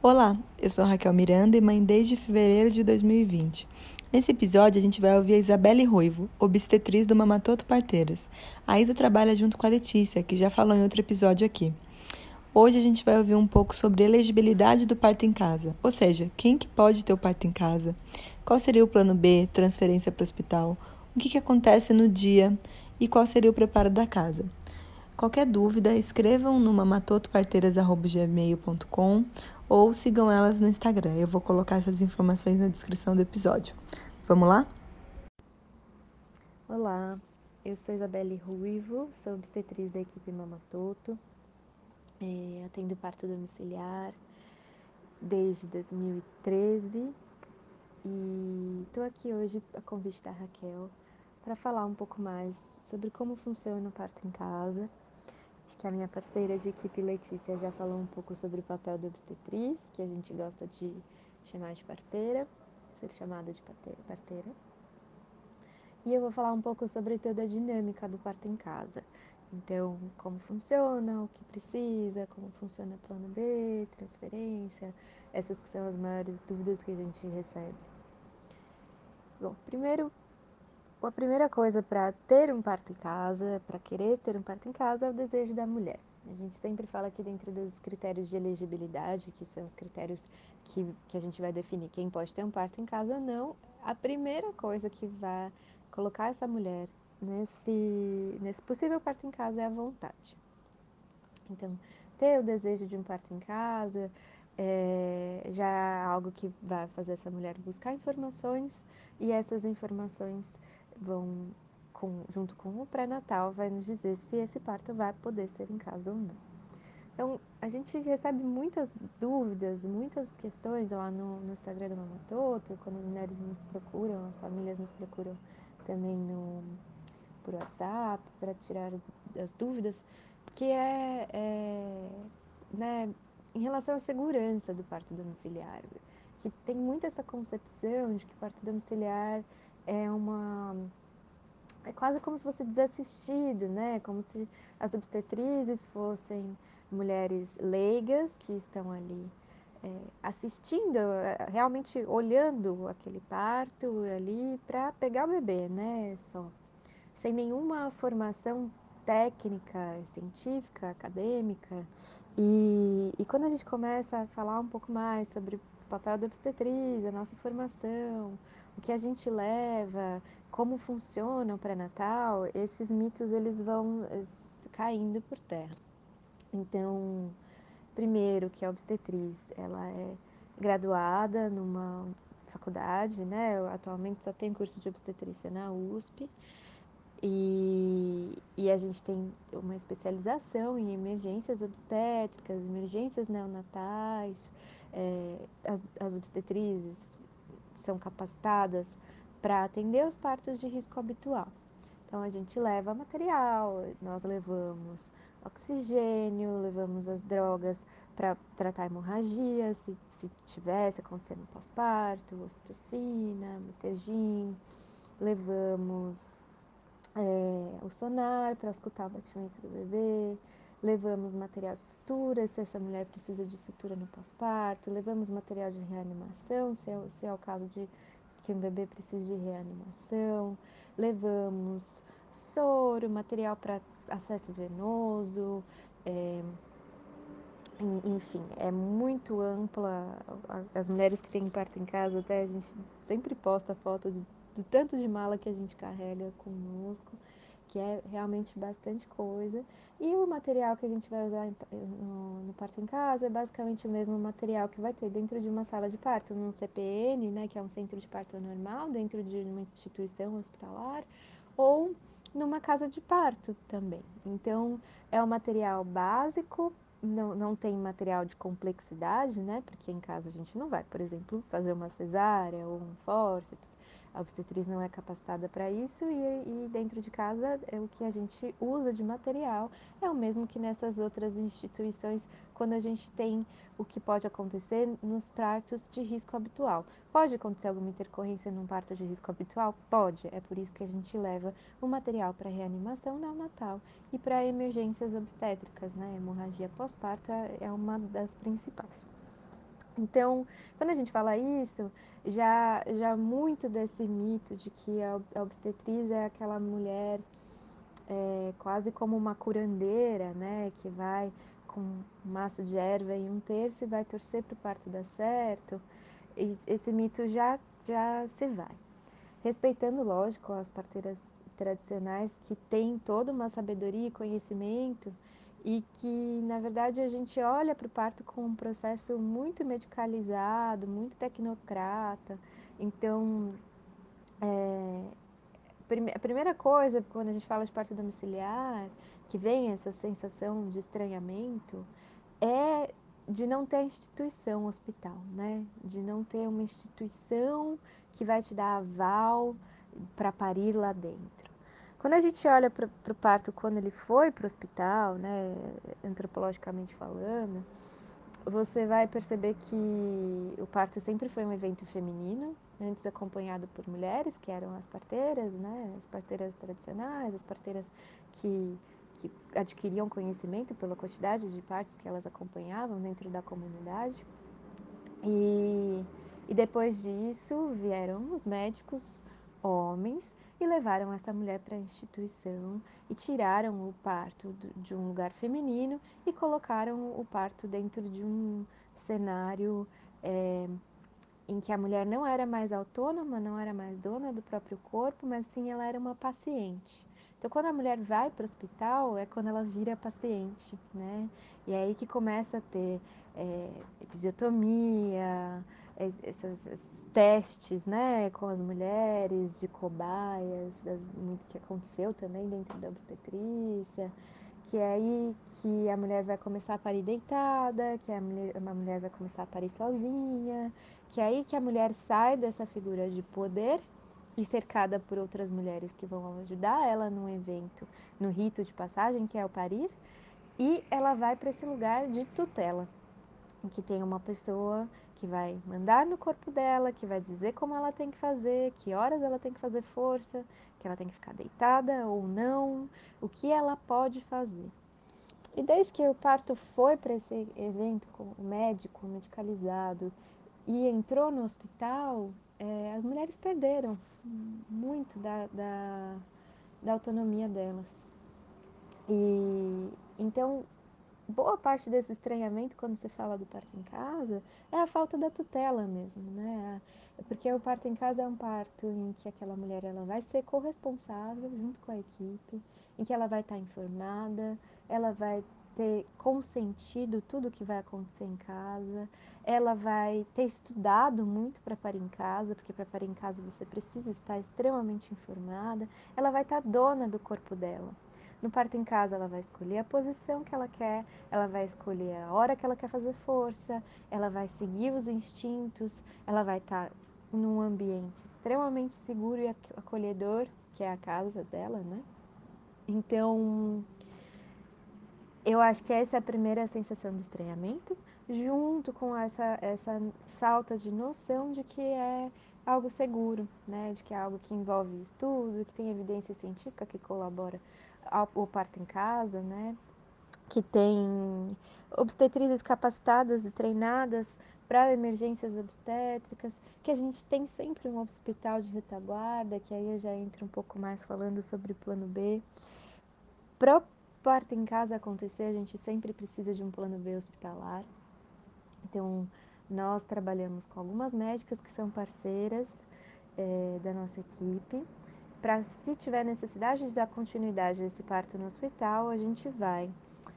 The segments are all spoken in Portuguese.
Olá, eu sou a Raquel Miranda e mãe desde fevereiro de 2020. Nesse episódio, a gente vai ouvir a Isabelle Ruivo, obstetriz do Mamatoto Parteiras. A Isa trabalha junto com a Letícia, que já falou em outro episódio aqui. Hoje a gente vai ouvir um pouco sobre a elegibilidade do parto em casa, ou seja, quem que pode ter o parto em casa, qual seria o plano B, transferência para o hospital, o que acontece no dia e qual seria o preparo da casa. Qualquer dúvida, escrevam no mamatotoparteiras@gmail.com ou sigam elas no Instagram. Eu vou colocar essas informações na descrição do episódio. Vamos lá? Olá, eu sou Isabelle Ruivo, sou obstetriz da equipe Mamatoto, atendo parto domiciliar desde 2013 e estou aqui hoje a convite da Raquel para falar um pouco mais sobre como funciona o parto em casa. Acho que a minha parceira de equipe Letícia já falou um pouco sobre o papel da obstetriz, que a gente gosta de chamar de parteira, ser chamada de parteira. E eu vou falar um pouco sobre toda a dinâmica do parto em casa. Então, como funciona, o que precisa, como funciona o plano B, transferência, essas que são as maiores dúvidas que a gente recebe. Bom, a primeira coisa para ter um parto em casa, para querer ter um parto em casa, é o desejo da mulher. A gente sempre fala que dentro dos critérios de elegibilidade, que são os critérios que a gente vai definir quem pode ter um parto em casa ou não, a primeira coisa que vai colocar essa mulher nesse possível parto em casa é a vontade. Então, ter o desejo de um parto em casa já é algo que vai fazer essa mulher buscar informações e essas informações vão, junto com o pré-natal, vai nos dizer se esse parto vai poder ser em casa ou não. Então, a gente recebe muitas dúvidas, muitas questões lá no Instagram do Mamatoto, quando as mulheres nos procuram, as famílias nos procuram também por WhatsApp para tirar as dúvidas, que né, em relação à segurança do parto domiciliar, que tem muito essa concepção de que parto domiciliar é quase como se fosse desassistido, né? Como se as obstetrizes fossem mulheres leigas que estão ali assistindo, realmente olhando aquele parto ali para pegar o bebê, né? Só sem nenhuma formação técnica, científica, acadêmica. E quando a gente começa a falar um pouco mais sobre o papel da obstetriz, a nossa formação, o que a gente leva, como funciona o pré-natal, esses mitos eles vão caindo por terra. Então, primeiro que a obstetriz, ela é graduada numa faculdade, né? Eu atualmente só tem curso de obstetrícia na USP. E a gente tem uma especialização em emergências obstétricas, emergências neonatais. As obstetrizes são capacitadas para atender os partos de risco habitual. Então a gente leva material, nós levamos oxigênio, levamos as drogas para tratar a hemorragia, se tivesse acontecendo pós-parto, ocitocina, metergin, levamos o sonar para escutar o batimento do bebê, levamos material de sutura, se essa mulher precisa de sutura no pós-parto, levamos material de reanimação, se é o caso de que um bebê precisa de reanimação, levamos soro, material para acesso venoso, enfim, é muito ampla. As mulheres que têm parto em casa, até a gente sempre posta foto do tanto de mala que a gente carrega conosco, que é realmente bastante coisa. E o material que a gente vai usar no parto em casa é basicamente o mesmo material que vai ter dentro de uma sala de parto, num CPN, né, que é um centro de parto normal, dentro de uma instituição hospitalar, ou numa casa de parto também. Então, é um material básico, não tem material de complexidade, né? Porque em casa a gente não vai, por exemplo, fazer uma cesárea ou um fórceps. A obstetriz não é capacitada para isso e dentro de casa o que a gente usa de material é o mesmo que nessas outras instituições quando a gente tem o que pode acontecer nos partos de risco habitual. Pode acontecer alguma intercorrência num parto de risco habitual? Pode. É por isso que a gente leva o material para reanimação neonatal e para emergências obstétricas, né? Hemorragia pós-parto é uma das principais. Então, quando a gente fala isso, já muito desse mito de que a obstetriz é aquela mulher quase como uma curandeira, né, que vai com um maço de erva em um terço e vai torcer para o parto dar certo, esse mito já se vai. Respeitando, lógico, as parteiras tradicionais que têm toda uma sabedoria e conhecimento e que, na verdade, a gente olha para o parto com um processo muito medicalizado, muito tecnocrata. Então, a primeira coisa, quando a gente fala de parto domiciliar, que vem essa sensação de estranhamento, é de não ter instituição hospital, né? De não ter uma instituição que vai te dar aval para parir lá dentro. Quando a gente olha para o parto quando ele foi para o hospital, né, antropologicamente falando, você vai perceber que o parto sempre foi um evento feminino, antes acompanhado por mulheres, que eram as parteiras, né? As parteiras tradicionais, as parteiras que adquiriam conhecimento pela quantidade de partos que elas acompanhavam dentro da comunidade. E, e depois disso vieram os médicos homens e levaram essa mulher para a instituição e tiraram o parto de um lugar feminino e colocaram o parto dentro de um cenário em que a mulher não era mais autônoma, não era mais dona do próprio corpo, mas sim ela era uma paciente. Então, quando a mulher vai para o hospital, é quando ela vira paciente, né? E é aí que começa a ter episiotomia, esses testes, né, com as mulheres, de cobaias, muito que aconteceu também dentro da obstetrícia, que é aí que a mulher vai começar a parir deitada, que uma mulher vai começar a parir sozinha, que é aí que a mulher sai dessa figura de poder e cercada por outras mulheres que vão ajudar ela num evento, no rito de passagem, que é o parir, e ela vai para esse lugar de tutela, em que tem uma pessoa que vai mandar no corpo dela, que vai dizer como ela tem que fazer, que horas ela tem que fazer força, que ela tem que ficar deitada ou não, o que ela pode fazer. E desde que o parto foi para esse evento com o médico medicalizado e entrou no hospital, as mulheres perderam muito da autonomia delas. E então, boa parte desse estranhamento quando se fala do parto em casa é a falta da tutela mesmo, né? Porque o parto em casa é um parto em que aquela mulher ela vai ser corresponsável junto com a equipe, em que ela vai estar informada, ela vai ter consentido tudo o que vai acontecer em casa, ela vai ter estudado muito para parir em casa, porque para parir em casa você precisa estar extremamente informada, ela vai estar dona do corpo dela. No parto em casa, ela vai escolher a posição que ela quer, ela vai escolher a hora que ela quer fazer força, ela vai seguir os instintos, ela vai estar num ambiente extremamente seguro e acolhedor, que é a casa dela, né? Então, eu acho que essa é a primeira sensação de estranhamento, junto com essa falta de noção de que é algo seguro, né? De que é algo que envolve estudo, que tem evidência científica que colabora ao parto em casa, né? Que tem obstetrizes capacitadas e treinadas para emergências obstétricas, que a gente tem sempre um hospital de retaguarda, que aí eu já entro um pouco mais falando sobre o plano B. Para o parto em casa acontecer, a gente sempre precisa de um plano B hospitalar. Então, nós trabalhamos com algumas médicas que são parceiras da nossa equipe. Para, se tiver necessidade de dar continuidade a esse parto no hospital, a gente vai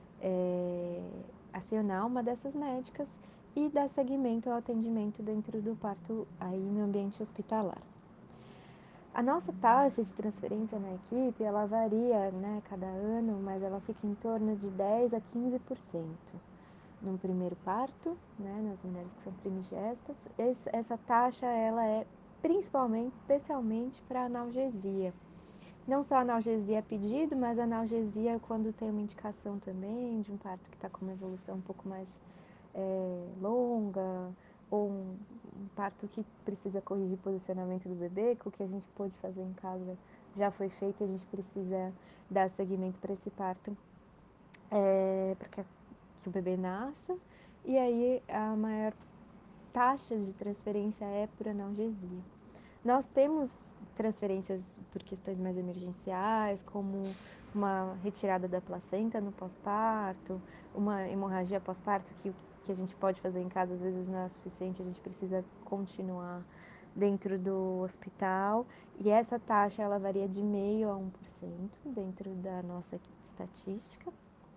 acionar uma dessas médicas e dar seguimento ao atendimento dentro do parto aí no ambiente hospitalar. A nossa taxa de transferência na equipe, ela varia, né, cada ano, mas ela fica em torno de 10 a 15%. No primeiro parto, né, nas mulheres que são primigestas, essa taxa ela é principalmente, especialmente para analgesia. Não só analgesia a pedido, mas analgesia quando tem uma indicação também de um parto que está com uma evolução um pouco mais longa, ou um parto que precisa corrigir o posicionamento do bebê, que o que a gente pôde fazer em casa já foi feito e a gente precisa dar seguimento para esse parto, para que o bebê nasça. E aí a maior taxa de transferência é por analgesia. Nós temos transferências por questões mais emergenciais, como uma retirada da placenta no pós-parto, uma hemorragia pós-parto que a gente pode fazer em casa, às vezes não é suficiente, a gente precisa continuar dentro do hospital. E essa taxa ela varia de 0,5% a 1% dentro da nossa estatística.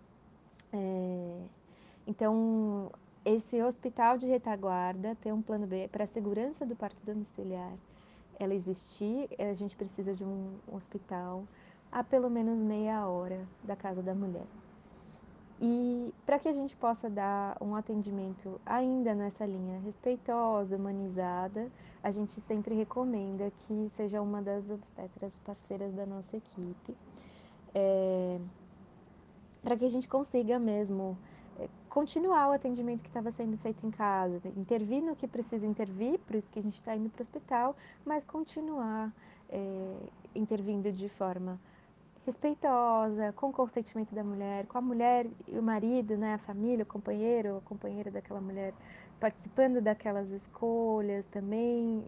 Então, esse hospital de retaguarda tem um plano B para a segurança do parto domiciliar. Ela existir, a gente precisa de um hospital a pelo menos meia hora da casa da mulher. E para que a gente possa dar um atendimento ainda nessa linha respeitosa, humanizada, a gente sempre recomenda que seja uma das obstetras parceiras da nossa equipe, para que a gente consiga mesmo continuar o atendimento que estava sendo feito em casa, intervir no que precisa intervir, por isso que a gente está indo para o hospital, mas continuar intervindo de forma respeitosa, com o consentimento da mulher, com a mulher e o marido, né, a família, o companheiro ou a companheira daquela mulher participando daquelas escolhas também,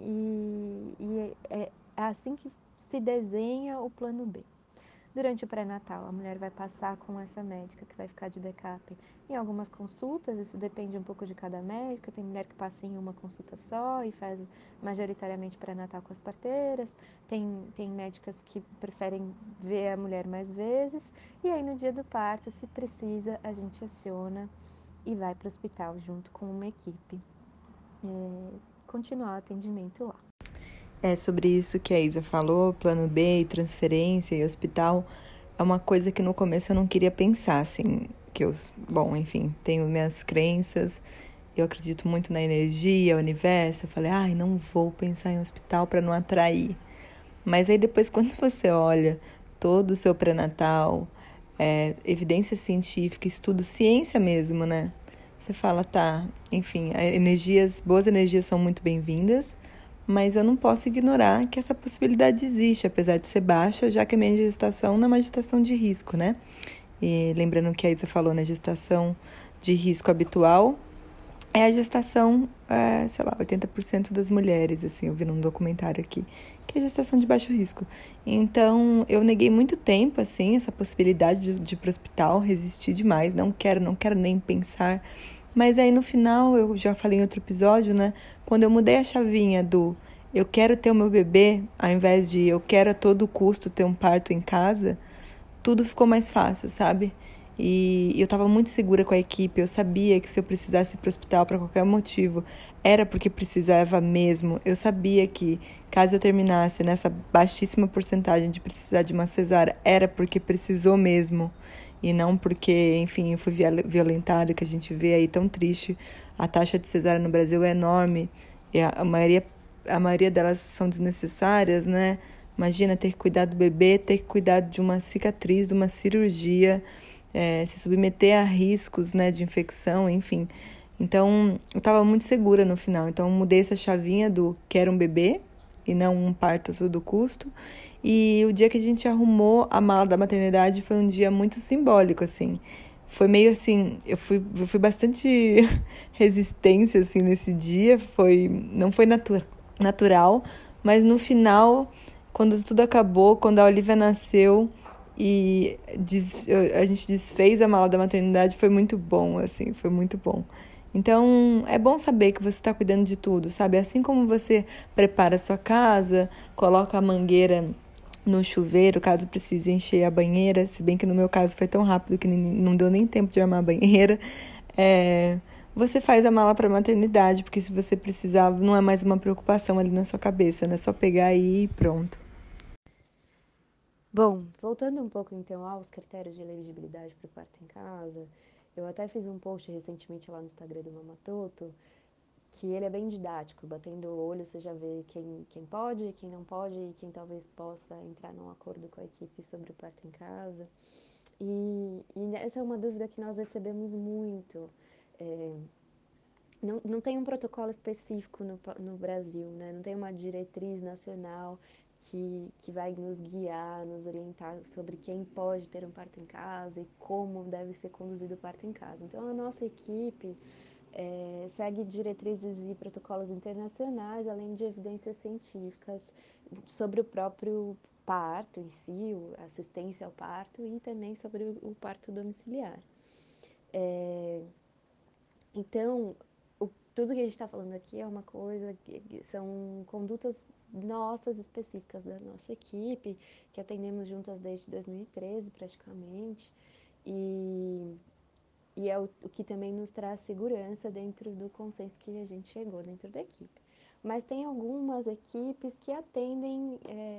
e é assim que se desenha o plano B. Durante o pré-natal, a mulher vai passar com essa médica que vai ficar de backup em algumas consultas, isso depende um pouco de cada médica. Tem mulher que passa em uma consulta só e faz majoritariamente pré-natal com as parteiras, tem médicas que preferem ver a mulher mais vezes, e aí no dia do parto, se precisa, a gente aciona e vai para o hospital junto com uma equipe continuar o atendimento lá. É sobre isso que a Isa falou, plano B e transferência e hospital. É uma coisa que no começo eu não queria pensar, assim, bom, enfim, tenho minhas crenças, eu acredito muito na energia, universo. Eu falei, ai, não vou pensar em hospital para não atrair. Mas aí depois, quando você olha todo o seu pré-natal, evidência científica, estudo, ciência mesmo, né? Você fala, tá, enfim, boas energias são muito bem-vindas, mas eu não posso ignorar que essa possibilidade existe, apesar de ser baixa, já que a minha gestação não é uma gestação de risco, né? E lembrando que a Isa falou, né, gestação de risco habitual é a gestação, sei lá, 80% das mulheres, assim, eu vi num documentário aqui, que é a gestação de baixo risco. Então, eu neguei muito tempo, assim, essa possibilidade de ir pro hospital, resisti demais, não quero nem pensar. Mas aí, no final, eu já falei em outro episódio, né, quando eu mudei a chavinha do eu quero ter o meu bebê, ao invés de eu quero a todo custo ter um parto em casa, tudo ficou mais fácil, sabe? E eu estava muito segura com a equipe, eu sabia que se eu precisasse ir para o hospital por qualquer motivo, era porque precisava mesmo. Eu sabia que caso eu terminasse nessa baixíssima porcentagem de precisar de uma cesárea, era porque precisou mesmo. E não porque, enfim, eu fui violentada, que a gente vê aí tão triste. A taxa de cesárea no Brasil é enorme, e a maioria delas são desnecessárias, né? Imagina ter que cuidar do bebê, ter que cuidar de uma cicatriz, de uma cirurgia, se submeter a riscos, né, de infecção, enfim. Então, eu estava muito segura no final. Então, eu mudei essa chavinha do quero um bebê e não um parto a todo custo. E o dia que a gente arrumou a mala da maternidade foi um dia muito simbólico, assim. Foi meio assim, eu fui bastante resistência, assim, nesse dia. Não foi natural, mas no final, quando tudo acabou, quando a Olivia nasceu e a gente desfez a mala da maternidade, foi muito bom, assim, foi muito bom. Então, é bom saber que você está cuidando de tudo, sabe? Assim como você prepara a sua casa, coloca a mangueira no chuveiro, caso precise encher a banheira, se bem que no meu caso foi tão rápido que não deu nem tempo de armar a banheira. Você faz a mala para maternidade, porque se você precisar, não é mais uma preocupação ali na sua cabeça, né? É só pegar aí e pronto. Bom, voltando um pouco então aos critérios de elegibilidade para o parto em casa, eu até fiz um post recentemente lá no Instagram do Mamatoto, que ele é bem didático, batendo o olho você já vê quem pode, quem não pode e quem talvez possa entrar num acordo com a equipe sobre o parto em casa. E essa é uma dúvida que nós recebemos muito. Não tem um protocolo específico no Brasil, né? Não tem uma diretriz nacional que vai nos guiar, nos orientar sobre quem pode ter um parto em casa e como deve ser conduzido o parto em casa. Então, a nossa equipe, segue diretrizes e protocolos internacionais, além de evidências científicas sobre o próprio parto em si, a assistência ao parto e também sobre o parto domiciliar. Então, tudo que a gente está falando aqui é uma coisa que são condutas nossas específicas da nossa equipe, que atendemos juntas desde 2013 praticamente, e, e é o que também nos traz segurança dentro do consenso que a gente chegou dentro da equipe. Mas tem algumas equipes que atendem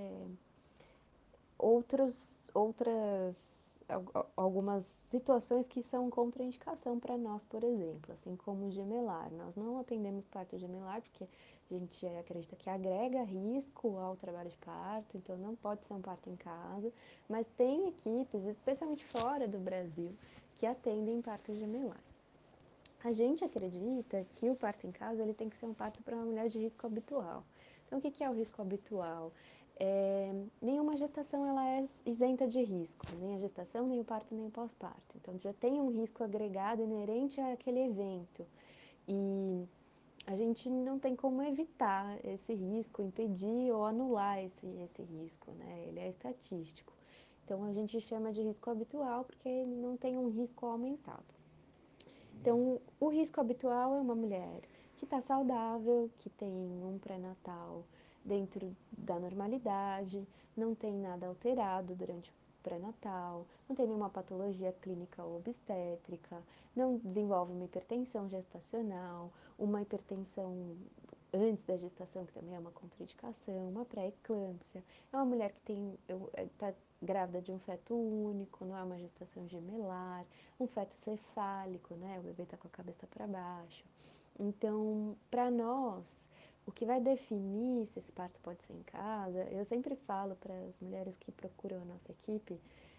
outras algumas situações que são contraindicação para nós, por exemplo, assim como gemelar. Nós não atendemos parto gemelar porque a gente acredita que agrega risco ao trabalho de parto, então não pode ser um parto em casa, mas tem equipes, especialmente fora do Brasil, que atendem parto gemelar. A gente acredita que o parto em casa ele tem que ser um parto para uma mulher de risco habitual. Então, o que é o risco habitual? Nenhuma gestação ela é isenta de risco, nem a gestação, nem o parto, nem o pós-parto. Então, já tem um risco agregado inerente àquele evento. E a gente não tem como evitar esse risco, impedir ou anular esse risco, né? Ele é estatístico. Então, a gente chama de risco habitual porque não tem um risco aumentado. Então, o risco habitual é uma mulher que está saudável, que tem um pré-natal dentro da normalidade, não tem nada alterado durante o pré-natal, não tem nenhuma patologia clínica ou obstétrica, não desenvolve uma hipertensão gestacional, uma hipertensão antes da gestação, que também é uma contraindicação, uma pré-eclâmpsia. É uma mulher que está grávida de um feto único, não é uma gestação gemelar, um feto cefálico, né? O bebê está com a cabeça para baixo. Então, para nós, o que vai definir se esse parto pode ser em casa, eu sempre falo para as mulheres que procuram a nossa equipe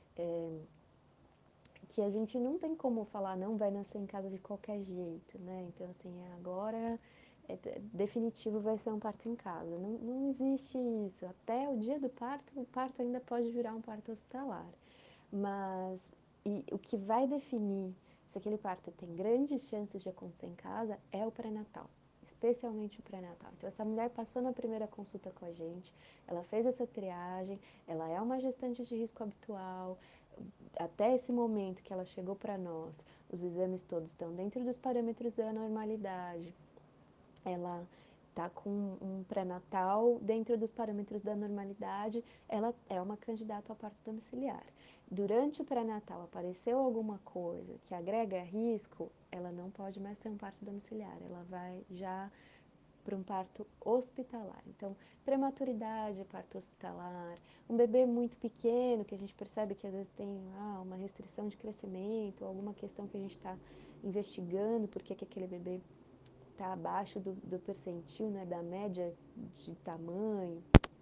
que a gente não tem como falar não vai nascer em casa de qualquer jeito, né? Então, assim, agora definitivo vai ser um parto em casa. Não, não existe isso. Até o dia do parto, o parto ainda pode virar um parto hospitalar. Mas o que vai definir se aquele parto tem grandes chances de acontecer em casa é o pré-natal, especialmente o pré-natal. Então, essa mulher passou na primeira consulta com a gente, ela fez essa triagem, ela é uma gestante de risco habitual. Até esse momento que ela chegou para nós, os exames todos estão dentro dos parâmetros da normalidade. Ela está com um pré-natal dentro dos parâmetros da normalidade, ela é uma candidata ao parto domiciliar. Durante o pré-natal apareceu alguma coisa que agrega risco, ela não pode mais ter um parto domiciliar, ela vai já para um parto hospitalar. Então, prematuridade, parto hospitalar, um bebê muito pequeno, que a gente percebe que às vezes tem uma restrição de crescimento, alguma questão que a gente está investigando, porque que aquele bebê está abaixo do percentil, né, da média de tamanho,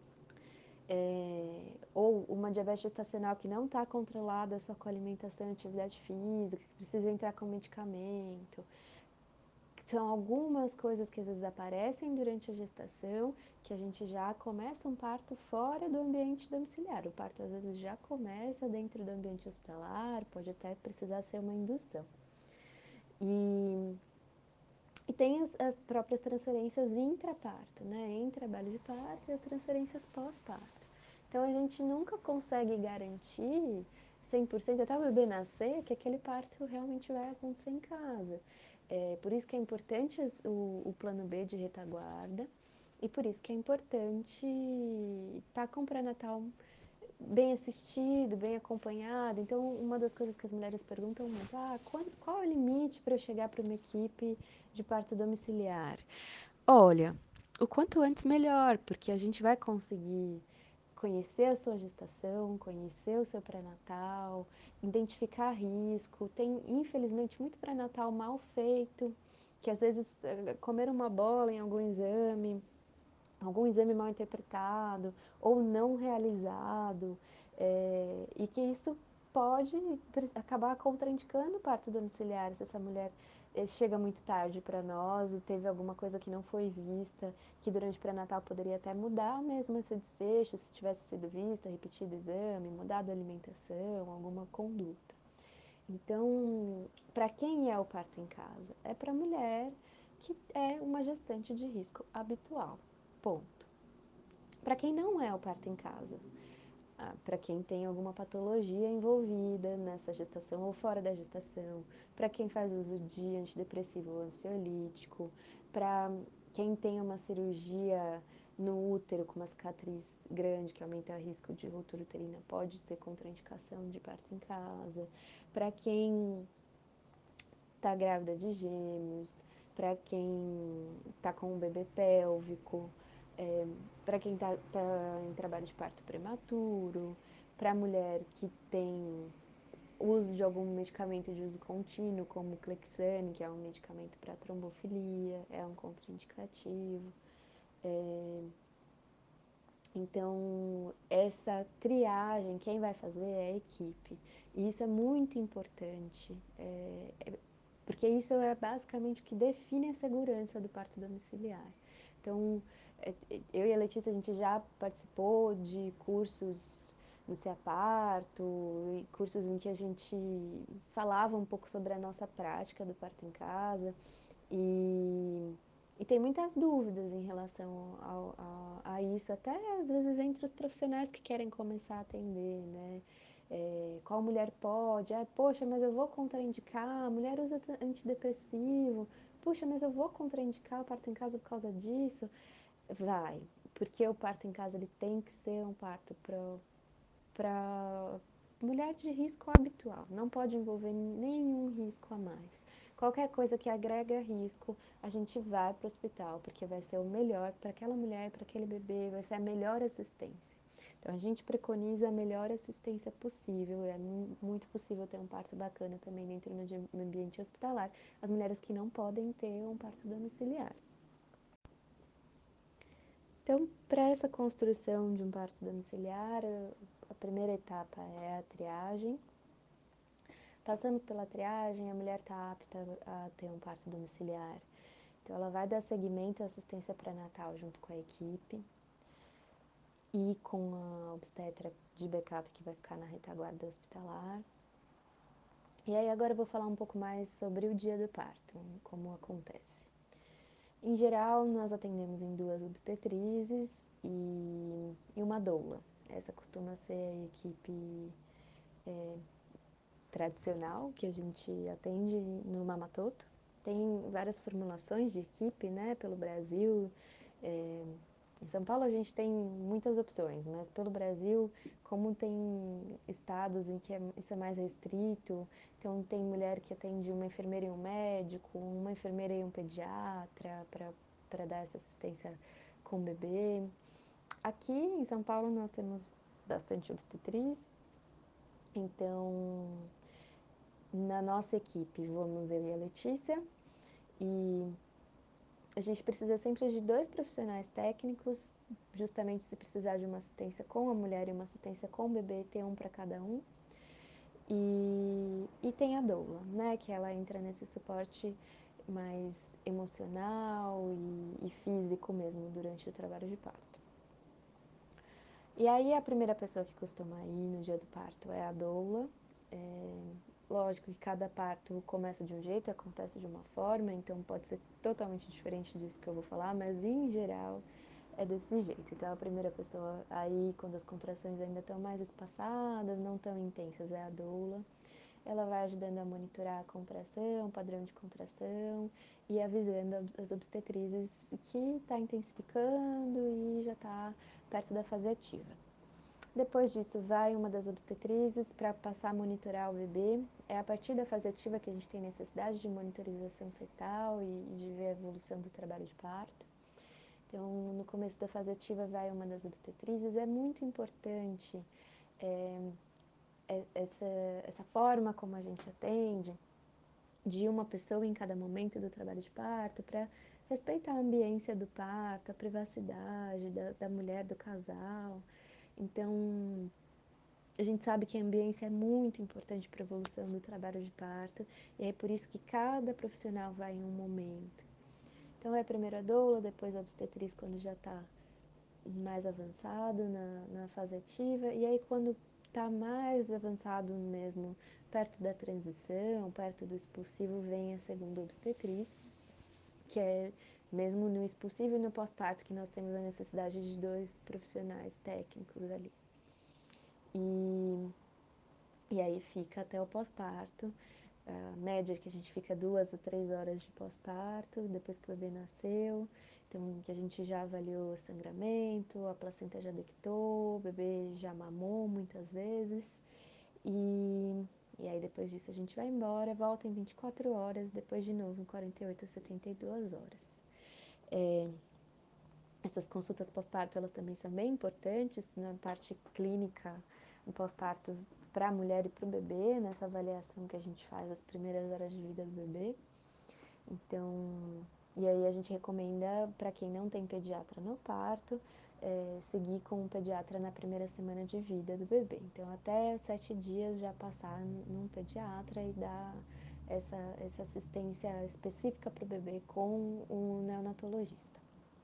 ou uma diabetes gestacional que não está controlada só com alimentação e atividade física, que precisa entrar com medicamento. São algumas coisas que às vezes aparecem durante a gestação, que a gente já começa um parto fora do ambiente domiciliar. O parto às vezes já começa dentro do ambiente hospitalar, pode até precisar ser uma indução. E tem as próprias transferências intraparto, né? Em trabalho de parto e as transferências pós-parto. Então a gente nunca consegue garantir 100% até o bebê nascer que aquele parto realmente vai acontecer em casa. Por isso que é importante o plano B de retaguarda e por isso que é importante estar com o pré-natal bem assistido, bem acompanhado. Então, uma das coisas que as mulheres perguntam muito, qual é o limite para eu chegar para uma equipe de parto domiciliar? Olha, o quanto antes melhor, porque a gente vai conseguir conhecer a sua gestação, conhecer o seu pré-natal, identificar risco. Tem, infelizmente, muito pré-natal mal feito, que às vezes comer uma bola em algum exame mal interpretado ou não realizado, e que isso pode acabar contraindicando o parto domiciliar se essa mulher chega muito tarde para nós e teve alguma coisa que não foi vista, que durante o pré-natal poderia até mudar mesmo esse desfecho, se tivesse sido vista, repetido o exame, mudado a alimentação, alguma conduta. Então, para quem é o parto em casa? É para a mulher que é uma gestante de risco habitual. Ponto. Para quem não é o parto em casa? Para quem tem alguma patologia envolvida nessa gestação ou fora da gestação, para quem faz uso de antidepressivo ou ansiolítico, para quem tem uma cirurgia no útero com uma cicatriz grande que aumenta o risco de ruptura uterina, pode ser contraindicação de parto em casa, para quem está grávida de gêmeos, para quem está com um bebê pélvico, para quem tá em trabalho de parto prematuro, para a mulher que tem uso de algum medicamento de uso contínuo, como o Clexane, que é um medicamento para trombofilia, é um contraindicativo. É, então, essa triagem, quem vai fazer é a equipe. E isso é muito importante, porque isso é basicamente o que define a segurança do parto domiciliar. Então, eu e a Letícia, a gente já participou de cursos do CEAParto, e cursos em que a gente falava um pouco sobre a nossa prática do parto em casa. E, e tem muitas dúvidas em relação a isso, até às vezes entre os profissionais que querem começar a atender, né? Qual mulher pode? Poxa, mas eu vou contraindicar, a mulher usa antidepressivo, puxa, mas eu vou contraindicar o parto em casa por causa disso? Vai, porque o parto em casa ele tem que ser um parto para mulher de risco habitual, não pode envolver nenhum risco a mais. Qualquer coisa que agrega risco, a gente vai para o hospital, porque vai ser o melhor para aquela mulher, para aquele bebê, vai ser a melhor assistência. Então a gente preconiza a melhor assistência possível, é muito possível ter um parto bacana também dentro do ambiente hospitalar, as mulheres que não podem ter um parto domiciliar. Então, para essa construção de um parto domiciliar, a primeira etapa é a triagem. Passamos pela triagem, a mulher está apta a ter um parto domiciliar. Então, ela vai dar seguimento à assistência pré-natal junto com a equipe e com a obstetra de backup que vai ficar na retaguarda hospitalar. E aí, agora eu vou falar um pouco mais sobre o dia do parto, como acontece. Em geral, nós atendemos em 2 obstetrizes e uma doula. Essa costuma ser a equipe tradicional que a gente atende no Mamatoto. Tem várias formulações de equipe, né, pelo Brasil. Em São Paulo a gente tem muitas opções, mas pelo Brasil, como tem estados em que isso é mais restrito, então tem mulher que atende uma enfermeira e um médico, uma enfermeira e um pediatra para dar essa assistência com o bebê. Aqui em São Paulo nós temos bastante obstetriz, então na nossa equipe vamos eu e a Letícia, e a gente precisa sempre de 2 profissionais técnicos, justamente se precisar de uma assistência com a mulher e uma assistência com o bebê, ter um para cada um. E tem a doula, né, que ela entra nesse suporte mais emocional e físico mesmo durante o trabalho de parto. E aí a primeira pessoa que costuma ir no dia do parto é a doula. Lógico que cada parto começa de um jeito e acontece de uma forma, então pode ser totalmente diferente disso que eu vou falar, mas em geral é desse jeito. Então a primeira pessoa aí, quando as contrações ainda estão mais espaçadas, não tão intensas, é a doula. Ela vai ajudando a monitorar a contração, o padrão de contração e avisando as obstetrizes que está intensificando e já está perto da fase ativa. Depois disso, vai uma das obstetrizes para passar a monitorar o bebê. É a partir da fase ativa que a gente tem necessidade de monitorização fetal e de ver a evolução do trabalho de parto. Então, no começo da fase ativa, vai uma das obstetrizes. É muito importante essa forma como a gente atende, de uma pessoa em cada momento do trabalho de parto, para respeitar a ambiência do parto, a privacidade da mulher, do casal. Então, a gente sabe que a ambiência é muito importante para a evolução do trabalho de parto, e é por isso que cada profissional vai em um momento. Então, é primeiro a doula, depois a obstetriz quando já está mais avançado na fase ativa, e aí quando está mais avançado mesmo, perto da transição, perto do expulsivo, vem a segunda obstetriz, que é mesmo no expulsivo e no pós-parto, que nós temos a necessidade de 2 profissionais técnicos ali. E aí fica até o pós-parto. A média é que a gente fica 2 a 3 horas de pós-parto, depois que o bebê nasceu. Então, que a gente já avaliou o sangramento, a placenta já dectou, o bebê já mamou muitas vezes. E aí, depois disso, a gente vai embora, volta em 24 horas, depois de novo em 48 a 72 horas. Essas consultas pós-parto, elas também são bem importantes na parte clínica, no pós-parto, para a mulher e para o bebê, nessa avaliação que a gente faz as primeiras horas de vida do bebê. Então, e aí a gente recomenda para quem não tem pediatra no parto, seguir com um pediatra na primeira semana de vida do bebê. Então, até 7 dias já passar num pediatra e dar essa assistência específica para o bebê com o neonatologista.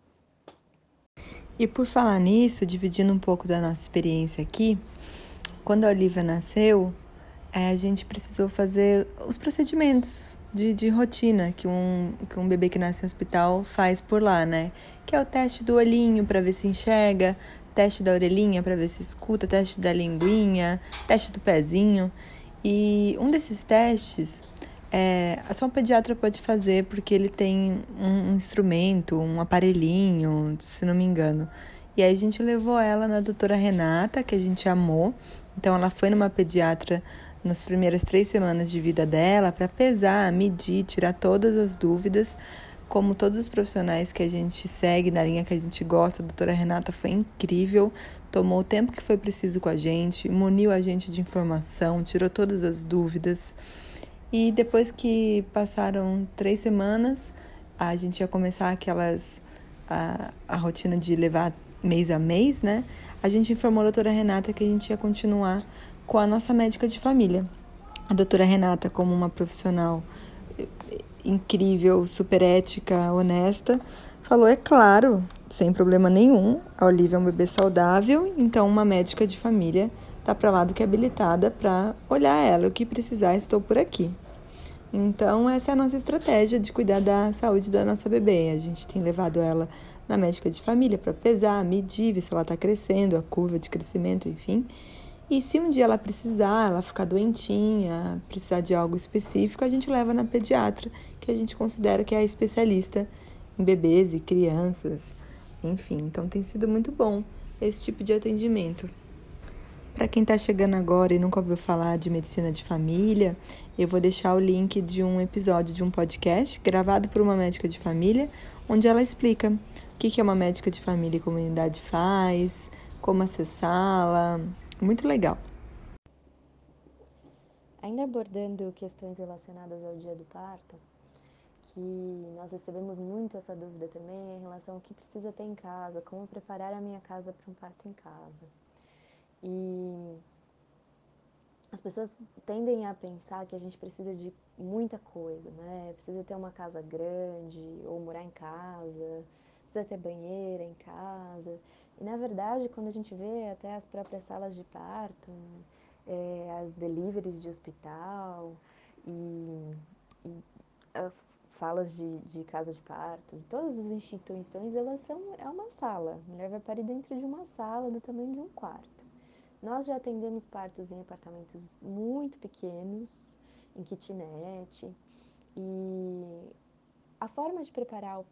E por falar nisso, dividindo um pouco da nossa experiência aqui, quando a Olivia nasceu, a gente precisou fazer os procedimentos de rotina que um bebê que nasce em hospital faz por lá, né? Que é o teste do olhinho para ver se enxerga, teste da orelhinha para ver se escuta, teste da linguinha, teste do pezinho. E um desses testes só um pediatra pode fazer porque ele tem um instrumento, um aparelhinho, se não me engano. E aí a gente levou ela na doutora Renata, que a gente amou. Então ela foi numa pediatra nas primeiras 3 semanas de vida dela para pesar, medir, tirar todas as dúvidas. Como todos os profissionais que a gente segue, na linha que a gente gosta, a doutora Renata foi incrível, tomou o tempo que foi preciso com a gente, muniu a gente de informação, tirou todas as dúvidas. E depois que passaram 3 semanas, a gente ia começar a rotina de levar mês a mês, né? A gente informou a doutora Renata que a gente ia continuar com a nossa médica de família. A doutora Renata, como uma profissional incrível, super ética, honesta, falou, é claro, sem problema nenhum, a Olivia é um bebê saudável, então uma médica de família está para lá do que habilitada para olhar ela, o que precisar, estou por aqui. Então, essa é a nossa estratégia de cuidar da saúde da nossa bebê. A gente tem levado ela na médica de família para pesar, medir, ver se ela está crescendo, a curva de crescimento, enfim. E se um dia ela precisar, ela ficar doentinha, precisar de algo específico, a gente leva na pediatra, que a gente considera que é a especialista em bebês e crianças, enfim. Então, tem sido muito bom esse tipo de atendimento. Para quem está chegando agora e nunca ouviu falar de medicina de família, eu vou deixar o link de um episódio de um podcast gravado por uma médica de família, onde ela explica o que é uma médica de família e comunidade faz, como acessá-la. Muito legal. Ainda abordando questões relacionadas ao dia do parto, que nós recebemos muito essa dúvida também em relação ao que precisa ter em casa, como preparar a minha casa para um parto em casa. E as pessoas tendem a pensar que a gente precisa de muita coisa, né? Precisa ter uma casa grande ou morar em casa, precisa ter banheira em casa. E na verdade, quando a gente vê até as próprias salas de parto, as deliveries de hospital e as salas de casa de parto, todas as instituições, é uma sala. A mulher vai parir dentro de uma sala do tamanho de um quarto. Nós já atendemos partos em apartamentos muito pequenos, em kitnet, e a forma de preparar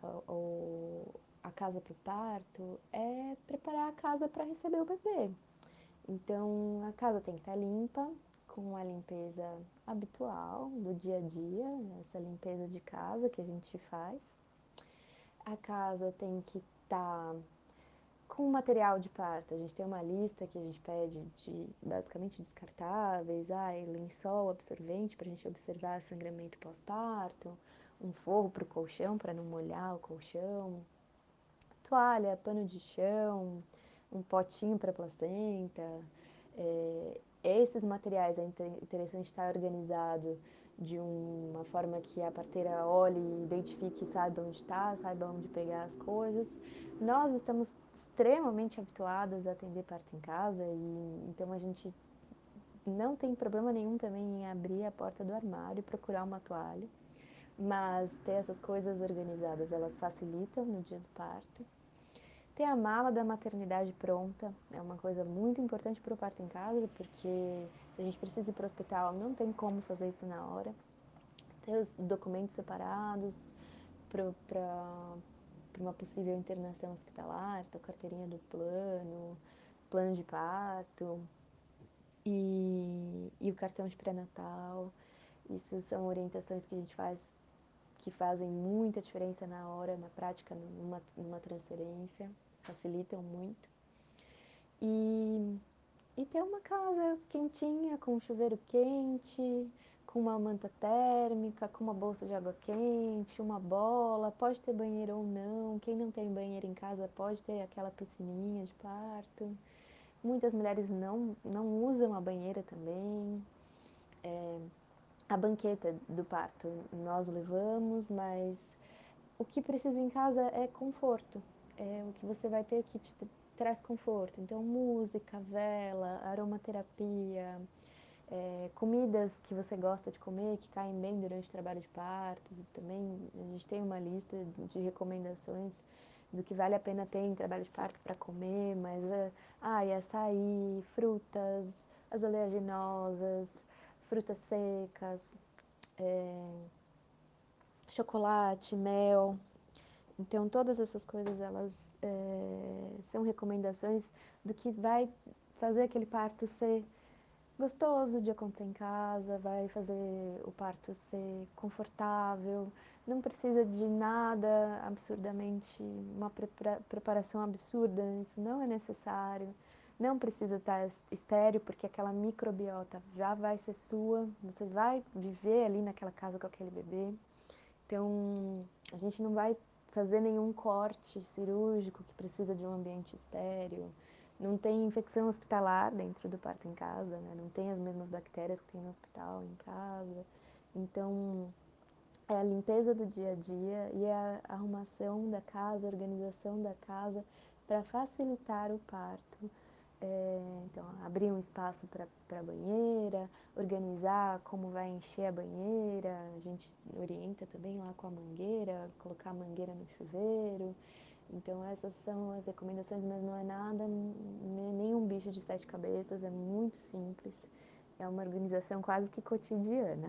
a casa para o parto é preparar a casa para receber o bebê. Então, a casa tem que estar limpa, com a limpeza habitual do dia a dia, essa limpeza de casa que a gente faz. A casa tem que estar com material de parto. A gente tem uma lista que a gente pede de basicamente descartáveis, lençol absorvente para a gente observar sangramento pós-parto, um forro para o colchão para não molhar o colchão, toalha, pano de chão, um potinho para placenta. Esses materiais é interessante estar organizado de uma forma que a parteira olhe, identifique, saiba onde está, saiba onde pegar as coisas. Nós estamos extremamente habituadas a atender parto em casa e então a gente não tem problema nenhum também em abrir a porta do armário e procurar uma toalha, mas ter essas coisas organizadas, elas facilitam no dia do parto. Ter a mala da maternidade pronta é uma coisa muito importante para o parto em casa, porque se a gente precisa ir para o hospital, não tem como fazer isso na hora. Ter os documentos separados para uma possível internação hospitalar, então carteirinha do plano de parto e o cartão de pré-natal. Isso são orientações que a gente faz que fazem muita diferença na hora, na prática, numa transferência, facilitam muito. E ter uma casa quentinha, com um chuveiro quente, com uma manta térmica, com uma bolsa de água quente, uma bola, pode ter banheiro ou não. Quem não tem banheiro em casa pode ter aquela piscininha de parto. Muitas mulheres não usam a banheira também. A banqueta do parto nós levamos, mas o que precisa em casa é conforto. É o que você vai ter que te traz conforto. Então, música, vela, aromaterapia, comidas que você gosta de comer, que caem bem durante o trabalho de parto. Também a gente tem uma lista de recomendações do que vale a pena ter em trabalho de parto para comer, mas açaí, frutas, as oleaginosas, frutas secas, chocolate, mel. Então, todas essas coisas, elas são recomendações do que vai fazer aquele parto ser gostoso de acontecer em casa, vai fazer o parto ser confortável, não precisa de nada absurdamente, uma preparação absurda, isso não é necessário. Não precisa estar estéril, porque aquela microbiota já vai ser sua, você vai viver ali naquela casa com aquele bebê. Então, a gente não vai fazer nenhum corte cirúrgico que precisa de um ambiente estéril. Não tem infecção hospitalar dentro do parto em casa, né? Não tem as mesmas bactérias que tem no hospital em casa. Então, é a limpeza do dia a dia e a arrumação da casa, a organização da casa para facilitar o parto. Então, abrir um espaço para a banheira, organizar como vai encher a banheira, a gente orienta também lá com a mangueira, colocar a mangueira no chuveiro. Então, essas são as recomendações, mas não é nada, nenhum bicho de 7 cabeças, é muito simples, é uma organização quase que cotidiana.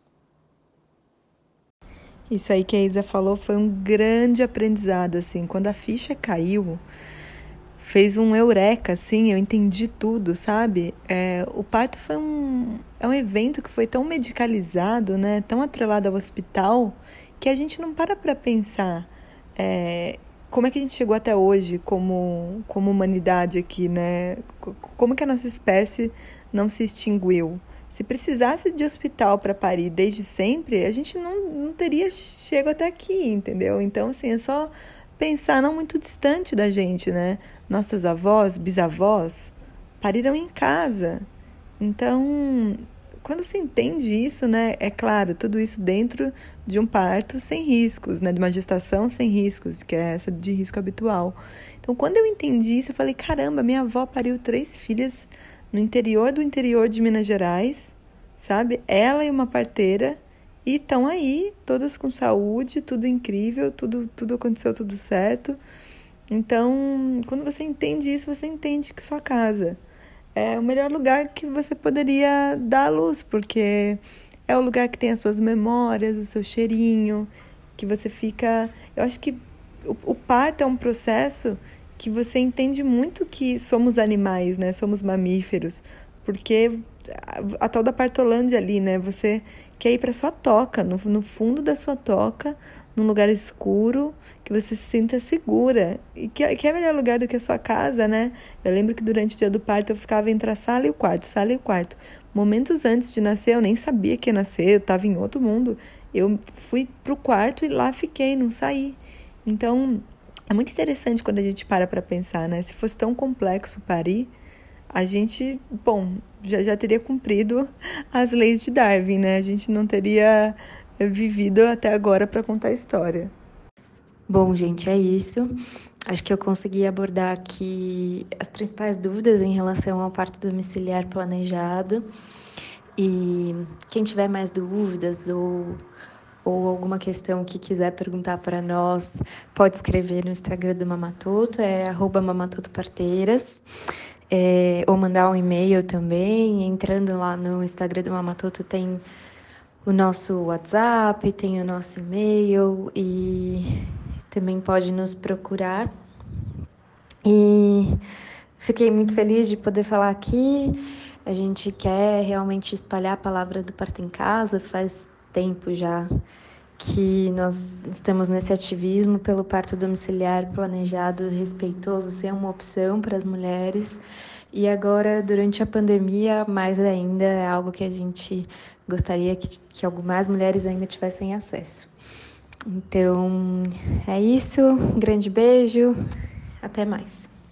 Isso aí que a Isa falou foi um grande aprendizado, assim, quando a ficha caiu, fez um eureka, assim, eu entendi tudo, sabe? O parto é um evento que foi tão medicalizado, né, tão atrelado ao hospital, que a gente não para pensar como é que a gente chegou até hoje como humanidade aqui, né? Como que a nossa espécie não se extinguiu? Se precisasse de hospital para parir desde sempre, a gente não teria chegado até aqui, entendeu? Então, assim, é só pensar não muito distante da gente, né? Nossas avós, bisavós, pariram em casa. Então, quando se entende isso, né? É claro, tudo isso dentro de um parto sem riscos, né? De uma gestação sem riscos, que é essa de risco habitual. Então, quando eu entendi isso, eu falei, caramba, minha avó pariu 3 filhas no interior do interior de Minas Gerais, sabe? Ela e uma parteira, e estão aí, todas com saúde, tudo incrível, tudo aconteceu tudo certo. Então, quando você entende isso, você entende que sua casa é o melhor lugar que você poderia dar à luz, porque é o lugar que tem as suas memórias, o seu cheirinho, que você fica... Eu acho que o parto é um processo que você entende muito que somos animais, né? Somos mamíferos, porque a tal da partolândia ali, né? Você quer ir para sua toca, no fundo da sua toca, num lugar escuro, que você se sinta segura. E que é melhor lugar do que a sua casa, né? Eu lembro que durante o dia do parto eu ficava entre a sala e o quarto. Momentos antes de nascer, eu nem sabia que ia nascer, eu estava em outro mundo. Eu fui pro quarto e lá fiquei, não saí. Então, é muito interessante quando a gente para pensar, né? Se fosse tão complexo parir, a gente, bom, já teria cumprido as leis de Darwin, né? A gente não teria vivido até agora para contar a história. Bom, gente, é isso. Acho que eu consegui abordar aqui as principais dúvidas em relação ao parto domiciliar planejado. E quem tiver mais dúvidas ou alguma questão que quiser perguntar para nós, pode escrever no Instagram do Mamatoto, é @mamatotoparteiras, ou mandar um e-mail também. Entrando lá no Instagram do Mamatoto tem o nosso WhatsApp, tem o nosso e-mail e também pode nos procurar. E fiquei muito feliz de poder falar aqui. A gente quer realmente espalhar a palavra do parto em casa, faz tempo já que nós estamos nesse ativismo pelo parto domiciliar planejado, respeitoso, ser uma opção para as mulheres. E agora, durante a pandemia, mais ainda, é algo que a gente gostaria que algumas mulheres ainda tivessem acesso. Então, é isso. Um grande beijo. Até mais.